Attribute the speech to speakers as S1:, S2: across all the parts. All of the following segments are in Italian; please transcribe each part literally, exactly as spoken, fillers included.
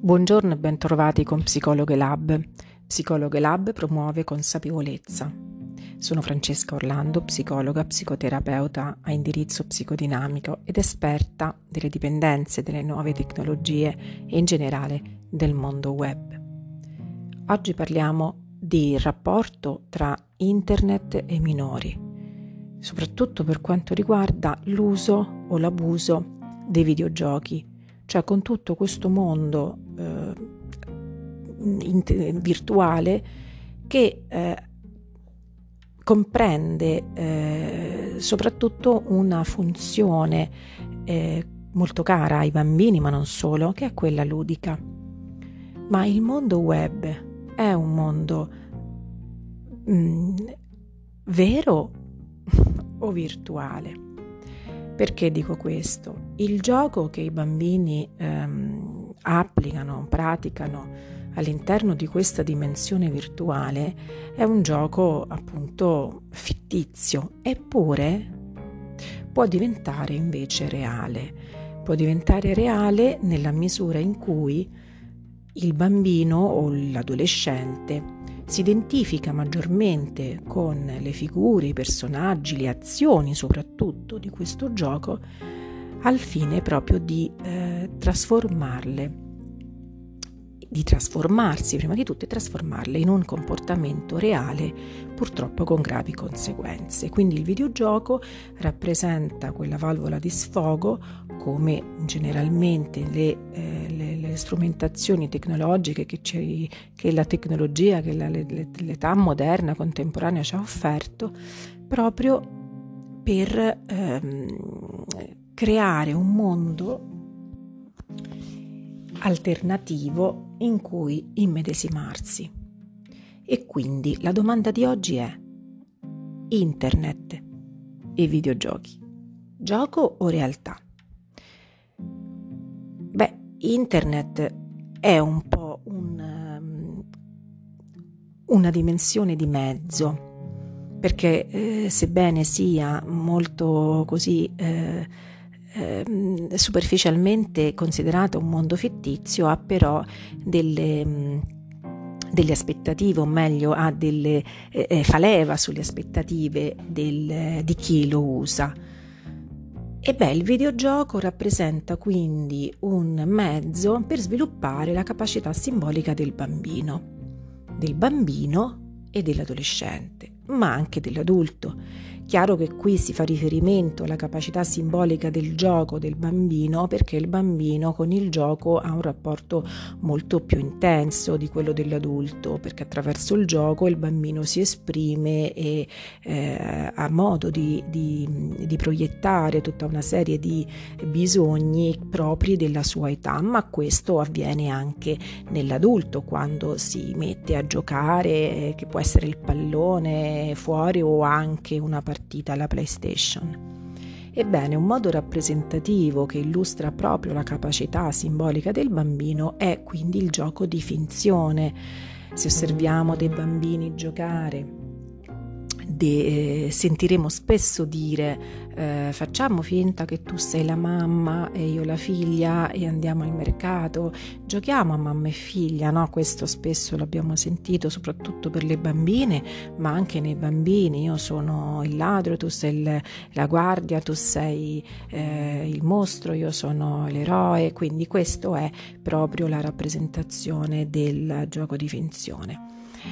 S1: Buongiorno e bentrovati con Psicologhe Lab. Psicologhe Lab promuove consapevolezza. Sono Francesca Orlando, psicologa, psicoterapeuta a indirizzo psicodinamico ed esperta delle dipendenze, delle nuove tecnologie e in generale del mondo web. Oggi parliamo di rapporto tra internet e minori, soprattutto per quanto riguarda l'uso o l'abuso dei videogiochi, cioè con tutto questo mondo eh, in, virtuale che eh, comprende eh, soprattutto una funzione eh, molto cara ai bambini, ma non solo, che è quella ludica. Ma il mondo web è un mondo mh, vero o virtuale? Perché dico questo? Il gioco che i bambini ehm, applicano, praticano all'interno di questa dimensione virtuale è un gioco appunto fittizio, eppure può diventare invece reale. Può diventare reale nella misura in cui il bambino o l'adolescente si identifica maggiormente con le figure, i personaggi, le azioni soprattutto di questo gioco al fine proprio di eh, trasformarle, di trasformarsi prima di tutto e trasformarle in un comportamento reale, purtroppo con gravi conseguenze. Quindi il videogioco rappresenta quella valvola di sfogo, come generalmente le, eh, le, le strumentazioni tecnologiche che, ci, che la tecnologia, che la, le, l'età moderna, contemporanea ci ha offerto, proprio per ehm, creare un mondo alternativo in cui immedesimarsi. E quindi la domanda di oggi è: internet e videogiochi, gioco o realtà? Beh, internet è un po' un, um, una dimensione di mezzo, perché eh, sebbene sia molto così eh, eh, superficialmente considerato un mondo fittizio, ha però delle, mh, delle aspettative, o meglio ha delle eh, fa leva sulle aspettative del, di chi lo usa. E beh, il videogioco rappresenta quindi un mezzo per sviluppare la capacità simbolica del bambino, del bambino e dell'adolescente, ma anche dell'adulto. Chiaro che qui si fa riferimento alla capacità simbolica del gioco del bambino, perché il bambino con il gioco ha un rapporto molto più intenso di quello dell'adulto, perché attraverso il gioco il bambino si esprime e eh, ha modo di, di, di proiettare tutta una serie di bisogni propri della sua età, ma questo avviene anche nell'adulto quando si mette a giocare, che può essere il pallone fuori o anche una partita alla PlayStation. Ebbene, un modo rappresentativo che illustra proprio la capacità simbolica del bambino è quindi il gioco di finzione. Se osserviamo dei bambini giocare, de, eh, sentiremo spesso dire eh, facciamo finta che tu sei la mamma e io la figlia e andiamo al mercato, giochiamo a mamma e figlia, no? Questo spesso l'abbiamo sentito soprattutto per le bambine, ma anche nei bambini. Io sono il ladro, tu sei il, la guardia, tu sei eh, il mostro, io sono l'eroe. Quindi questo è proprio la rappresentazione del gioco di finzione.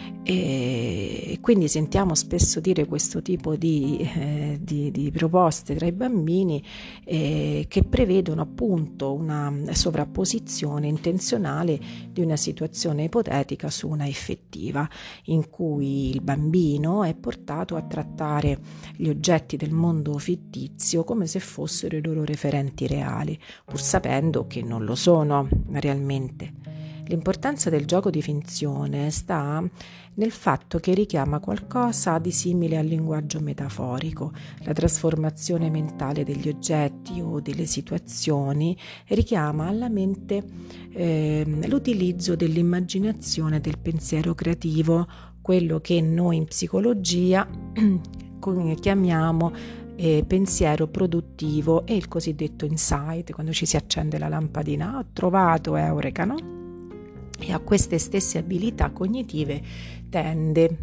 S1: E quindi sentiamo spesso dire questo tipo di, eh, di, di proposte tra i bambini eh, che prevedono appunto una sovrapposizione intenzionale di una situazione ipotetica su una effettiva, in cui il bambino è portato a trattare gli oggetti del mondo fittizio come se fossero i loro referenti reali, pur sapendo che non lo sono realmente. L'importanza del gioco di finzione sta nel fatto che richiama qualcosa di simile al linguaggio metaforico. La trasformazione mentale degli oggetti o delle situazioni richiama alla mente eh, l'utilizzo dell'immaginazione, del pensiero creativo, quello che noi in psicologia chiamiamo eh, pensiero produttivo e il cosiddetto insight, quando ci si accende la lampadina, ho trovato, eureka, no? e a queste stesse abilità cognitive tende.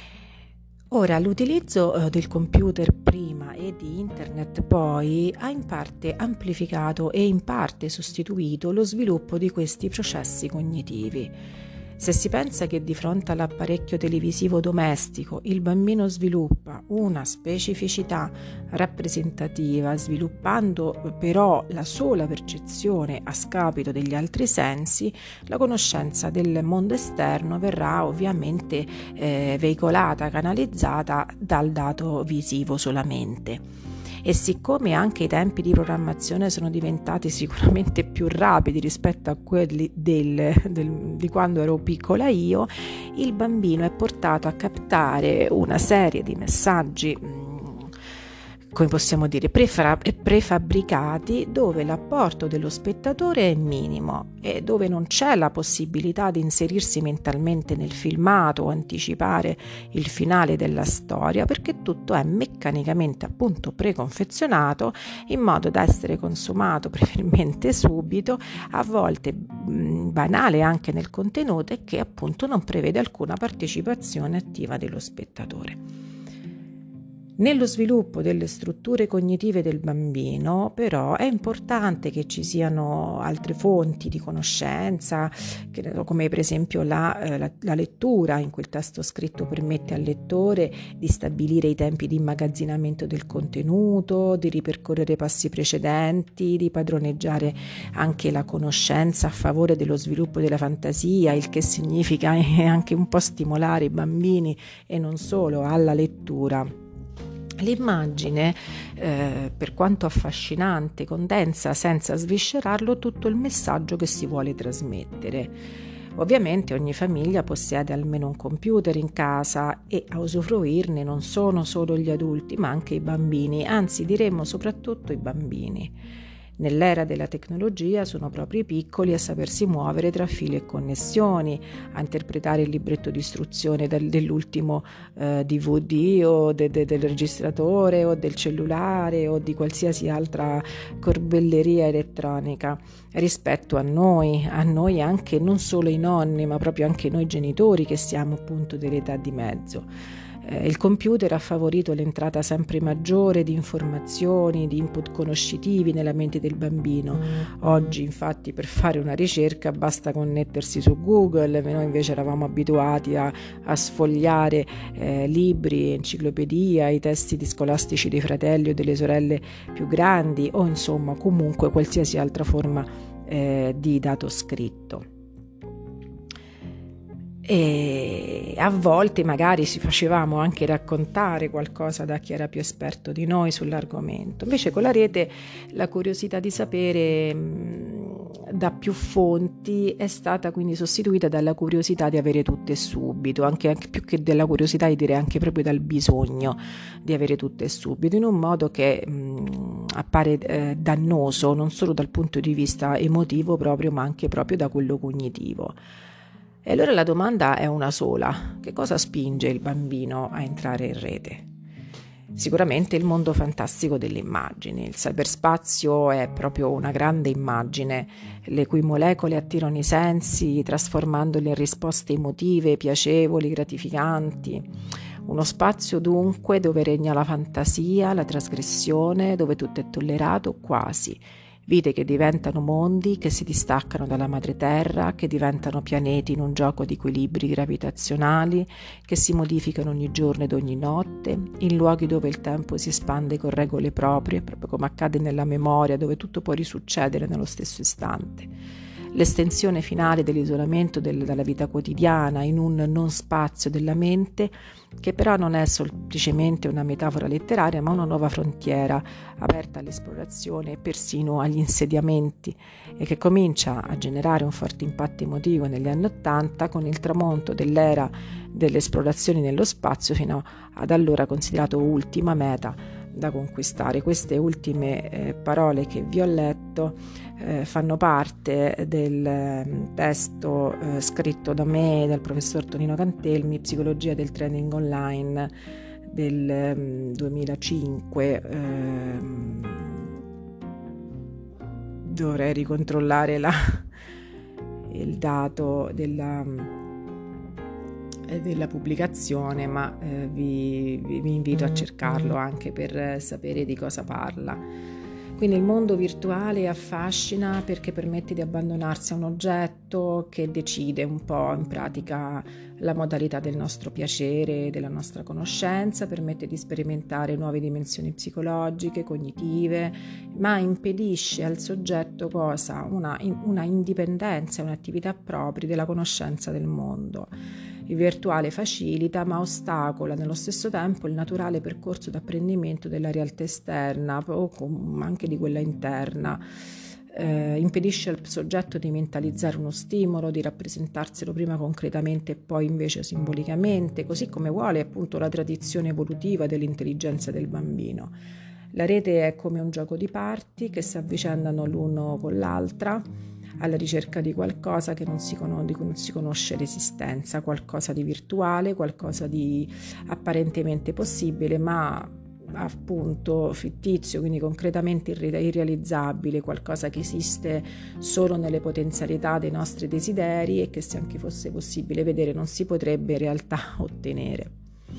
S1: Ora, l'utilizzo eh, del computer prima e di internet poi ha in parte amplificato e in parte sostituito lo sviluppo di questi processi cognitivi. Se si pensa che di fronte all'apparecchio televisivo domestico il bambino sviluppa una specificità rappresentativa, sviluppando però la sola percezione a scapito degli altri sensi, la conoscenza del mondo esterno verrà ovviamente eh, veicolata, canalizzata dal dato visivo solamente. E siccome anche i tempi di programmazione sono diventati sicuramente più rapidi rispetto a quelli del, del, di quando ero piccola io, il bambino è portato a captare una serie di messaggi, come possiamo dire, prefra- prefabbricati, dove l'apporto dello spettatore è minimo e dove non c'è la possibilità di inserirsi mentalmente nel filmato o anticipare il finale della storia, perché tutto è meccanicamente appunto preconfezionato in modo da essere consumato preferibilmente subito, a volte mh, banale anche nel contenuto, e che appunto non prevede alcuna partecipazione attiva dello spettatore. Nello sviluppo delle strutture cognitive del bambino, però, è importante che ci siano altre fonti di conoscenza, come per esempio la, eh, la, la lettura, in cui il testo scritto permette al lettore di stabilire i tempi di immagazzinamento del contenuto, di ripercorrere passi precedenti, di padroneggiare anche la conoscenza a favore dello sviluppo della fantasia, il che significa anche un po' stimolare i bambini e non solo alla lettura. L'immagine, eh, per quanto affascinante, condensa senza sviscerarlo tutto il messaggio che si vuole trasmettere. Ovviamente ogni famiglia possiede almeno un computer in casa e a usufruirne non sono solo gli adulti, ma anche i bambini, anzi diremmo soprattutto i bambini. Nell'era della tecnologia sono proprio i piccoli a sapersi muovere tra fili e connessioni, a interpretare il libretto di istruzione del, dell'ultimo eh, D V D o de, de, del registratore o del cellulare o di qualsiasi altra corbelleria elettronica, rispetto a noi, a noi anche non solo i nonni, ma proprio anche noi genitori che siamo appunto dell'età di mezzo. Eh, il computer ha favorito l'entrata sempre maggiore di informazioni, di input conoscitivi nella mente del bambino. Oggi, infatti, per fare una ricerca basta connettersi su Google. Noi invece eravamo abituati a, a sfogliare eh, libri, enciclopedia, i testi di scolastici dei fratelli o delle sorelle più grandi, o insomma comunque qualsiasi altra forma eh, di dato scritto. E a volte magari ci facevamo anche raccontare qualcosa da chi era più esperto di noi sull'argomento. Invece con la rete la curiosità di sapere mh, da più fonti è stata quindi sostituita dalla curiosità di avere tutto e subito, anche, anche più che della curiosità, di dire anche proprio dal bisogno di avere tutto e subito, in un modo che mh, appare eh, dannoso non solo dal punto di vista emotivo proprio, ma anche proprio da quello cognitivo. E allora la domanda è una sola: che cosa spinge il bambino a entrare in rete? Sicuramente il mondo fantastico delle immagini. Il cyberspazio è proprio una grande immagine, le cui molecole attirano i sensi, trasformandoli in risposte emotive, piacevoli, gratificanti. Uno spazio dunque dove regna la fantasia, la trasgressione, dove tutto è tollerato, quasi. Vite che diventano mondi, che si distaccano dalla madre terra, che diventano pianeti in un gioco di equilibri gravitazionali, che si modificano ogni giorno ed ogni notte, in luoghi dove il tempo si espande con regole proprie, proprio come accade nella memoria, dove tutto può risuccedere nello stesso istante. L'estensione finale dell'isolamento del, dalla vita quotidiana in un non spazio della mente, che però non è semplicemente una metafora letteraria, ma una nuova frontiera aperta all'esplorazione e persino agli insediamenti, e che comincia a generare un forte impatto emotivo negli anni Ottanta con il tramonto dell'era delle esplorazioni nello spazio, fino ad allora considerato ultima meta da conquistare. Queste ultime eh, parole che vi ho letto eh, fanno parte del eh, testo eh, scritto da me, dal professor Tonino Cantelmi, Psicologia del training online, del eh, duemilacinque. Eh, dovrei ricontrollare la il dato della, eh, della pubblicazione, ma eh, vi, vi, vi invito a cercarlo anche per sapere di cosa parla. Quindi il mondo virtuale affascina perché permette di abbandonarsi a un oggetto che decide un po' in pratica la modalità del nostro piacere, della nostra conoscenza, permette di sperimentare nuove dimensioni psicologiche, cognitive, ma impedisce al soggetto cosa? Una, una indipendenza, un'attività propria della conoscenza del mondo. Il virtuale facilita ma ostacola nello stesso tempo il naturale percorso d'apprendimento della realtà esterna o anche di quella interna. Eh, impedisce al soggetto di mentalizzare uno stimolo, di rappresentarselo prima concretamente e poi invece simbolicamente, così come vuole appunto la tradizione evolutiva dell'intelligenza del bambino. La rete è come un gioco di parti che si avvicendano l'uno con l'altra alla ricerca di qualcosa che non si con- di cui non si conosce l'esistenza, qualcosa di virtuale, qualcosa di apparentemente possibile, ma appunto fittizio, quindi concretamente irre- irrealizzabile, qualcosa che esiste solo nelle potenzialità dei nostri desideri e che, se anche fosse possibile vedere, non si potrebbe in realtà ottenere.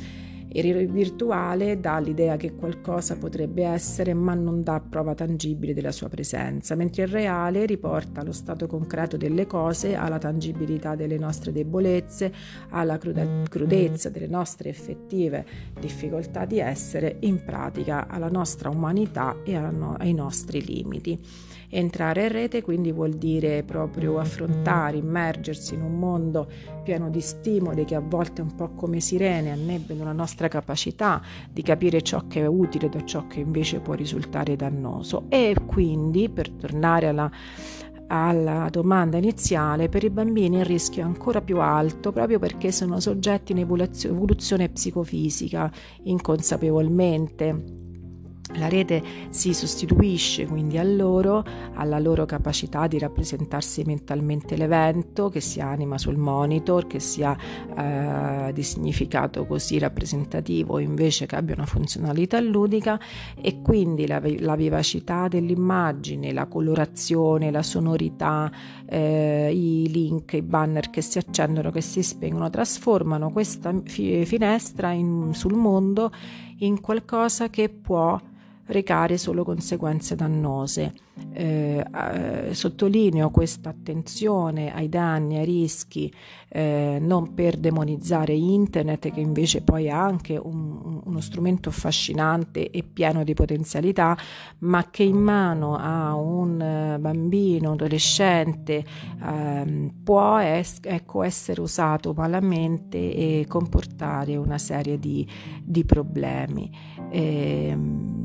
S1: Il virtuale dà l'idea che qualcosa potrebbe essere, ma non dà prova tangibile della sua presenza, mentre il reale riporta allo stato concreto delle cose, alla tangibilità delle nostre debolezze, alla crude- crudezza delle nostre effettive difficoltà di essere, in pratica alla nostra umanità e no- ai nostri limiti. Entrare in rete quindi vuol dire proprio affrontare, immergersi in un mondo pieno di stimoli che a volte un po' come sirene annebbiano la nostra capacità di capire ciò che è utile da ciò che invece può risultare dannoso. E quindi, per tornare alla, alla domanda iniziale, per i bambini il rischio è ancora più alto proprio perché sono soggetti in evoluzione psicofisica inconsapevolmente. La rete si sostituisce quindi a loro, alla loro capacità di rappresentarsi mentalmente l'evento, che sia anima sul monitor, che sia eh, di significato così rappresentativo, invece che abbia una funzionalità ludica, e quindi la, la vivacità dell'immagine, la colorazione, la sonorità, eh, i link, i banner che si accendono, che si spengono, trasformano questa fi- finestra in, sul mondo in qualcosa che può recare solo conseguenze dannose. Eh, eh, sottolineo questa attenzione ai danni, ai rischi, eh, non per demonizzare internet, che invece poi è anche un, uno strumento affascinante e pieno di potenzialità, ma che in mano a un bambino, adolescente, eh, può es- ecco, essere usato malamente e comportare una serie di, di problemi. Eh,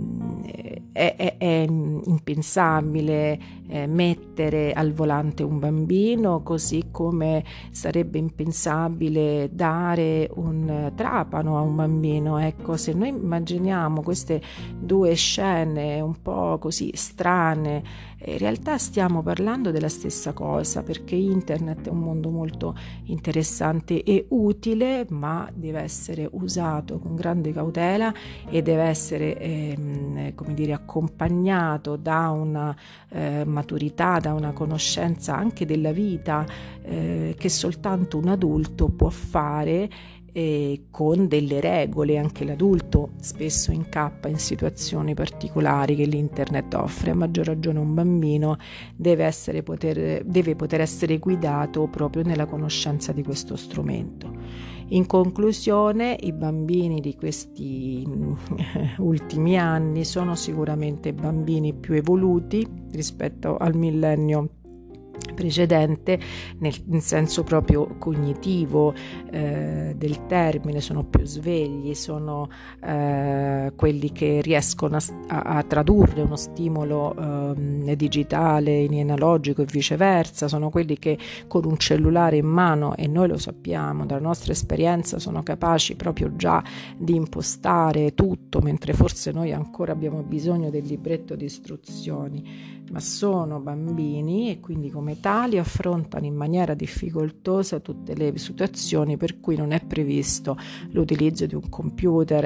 S1: È, è, è impensabile eh, mettere al volante un bambino, così come sarebbe impensabile dare un trapano a un bambino. Ecco, se noi immaginiamo queste due scene un po' così strane, in realtà stiamo parlando della stessa cosa, perché internet è un mondo molto interessante e utile, ma deve essere usato con grande cautela e deve essere ehm, come dire accompagnato da una eh, maturità, da una conoscenza anche della vita eh, che soltanto un adulto può fare, e con delle regole. Anche l'adulto spesso incappa in situazioni particolari che l'internet offre, a maggior ragione un bambino deve, essere poter, deve poter essere guidato proprio nella conoscenza di questo strumento. In conclusione, i bambini di questi ultimi anni sono sicuramente bambini più evoluti rispetto al millennio precedente, nel, in senso proprio cognitivo eh, del termine. Sono più svegli, sono eh, quelli che riescono a, a, a tradurre uno stimolo eh, digitale in analogico e viceversa, sono quelli che con un cellulare in mano, e noi lo sappiamo dalla nostra esperienza, sono capaci proprio già di impostare tutto, mentre forse noi ancora abbiamo bisogno del libretto di istruzioni. Ma sono bambini e quindi come tali affrontano in maniera difficoltosa tutte le situazioni per cui non è previsto l'utilizzo di un computer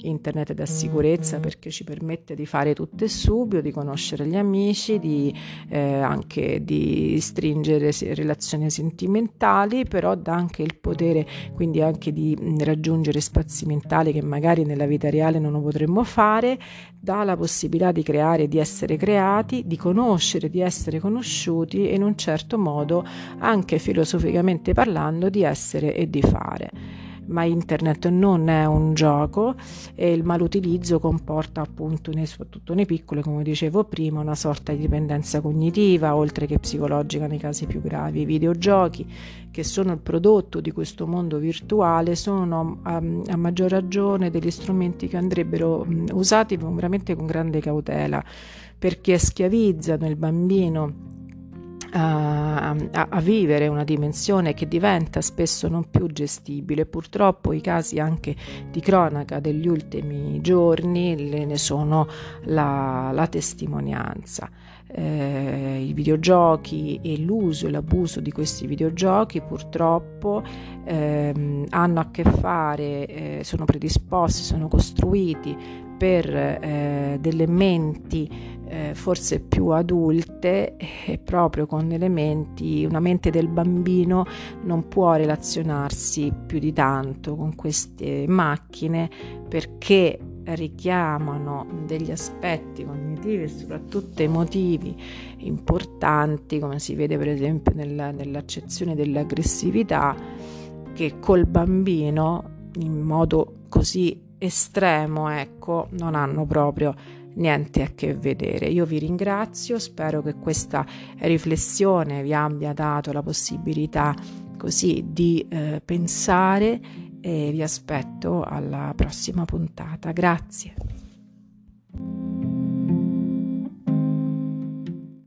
S1: Internet dà sicurezza perché ci permette di fare tutto e subito, di conoscere gli amici, di eh, anche di stringere relazioni sentimentali, però dà anche il potere quindi anche di raggiungere spazi mentali che magari nella vita reale non lo potremmo fare, dà la possibilità di creare, di essere creati, di conoscere, di essere conosciuti e in un certo modo anche filosoficamente parlando di essere e di fare. Ma internet non è un gioco e il malutilizzo comporta appunto, soprattutto nei piccoli, come dicevo prima, una sorta di dipendenza cognitiva, oltre che psicologica nei casi più gravi. I videogiochi, che sono il prodotto di questo mondo virtuale, sono a, a maggior ragione degli strumenti che andrebbero usati veramente con grande cautela, perché schiavizzano il bambino A, a, a vivere una dimensione che diventa spesso non più gestibile. Purtroppo i casi anche di cronaca degli ultimi giorni le ne sono la, la testimonianza. Eh, I videogiochi e l'uso e l'abuso di questi videogiochi purtroppo ehm, hanno a che fare, eh, sono predisposti, sono costruiti per eh, delle menti eh, forse più adulte, e proprio con elementi, una mente del bambino non può relazionarsi più di tanto con queste macchine, perché richiamano degli aspetti cognitivi e soprattutto emotivi importanti, come si vede per esempio nella, nell'accezione dell'aggressività, che col bambino in modo così estremo, ecco, non hanno proprio niente a che vedere. Io vi ringrazio, spero che questa riflessione vi abbia dato la possibilità così di eh, pensare, e vi aspetto alla prossima puntata. Grazie.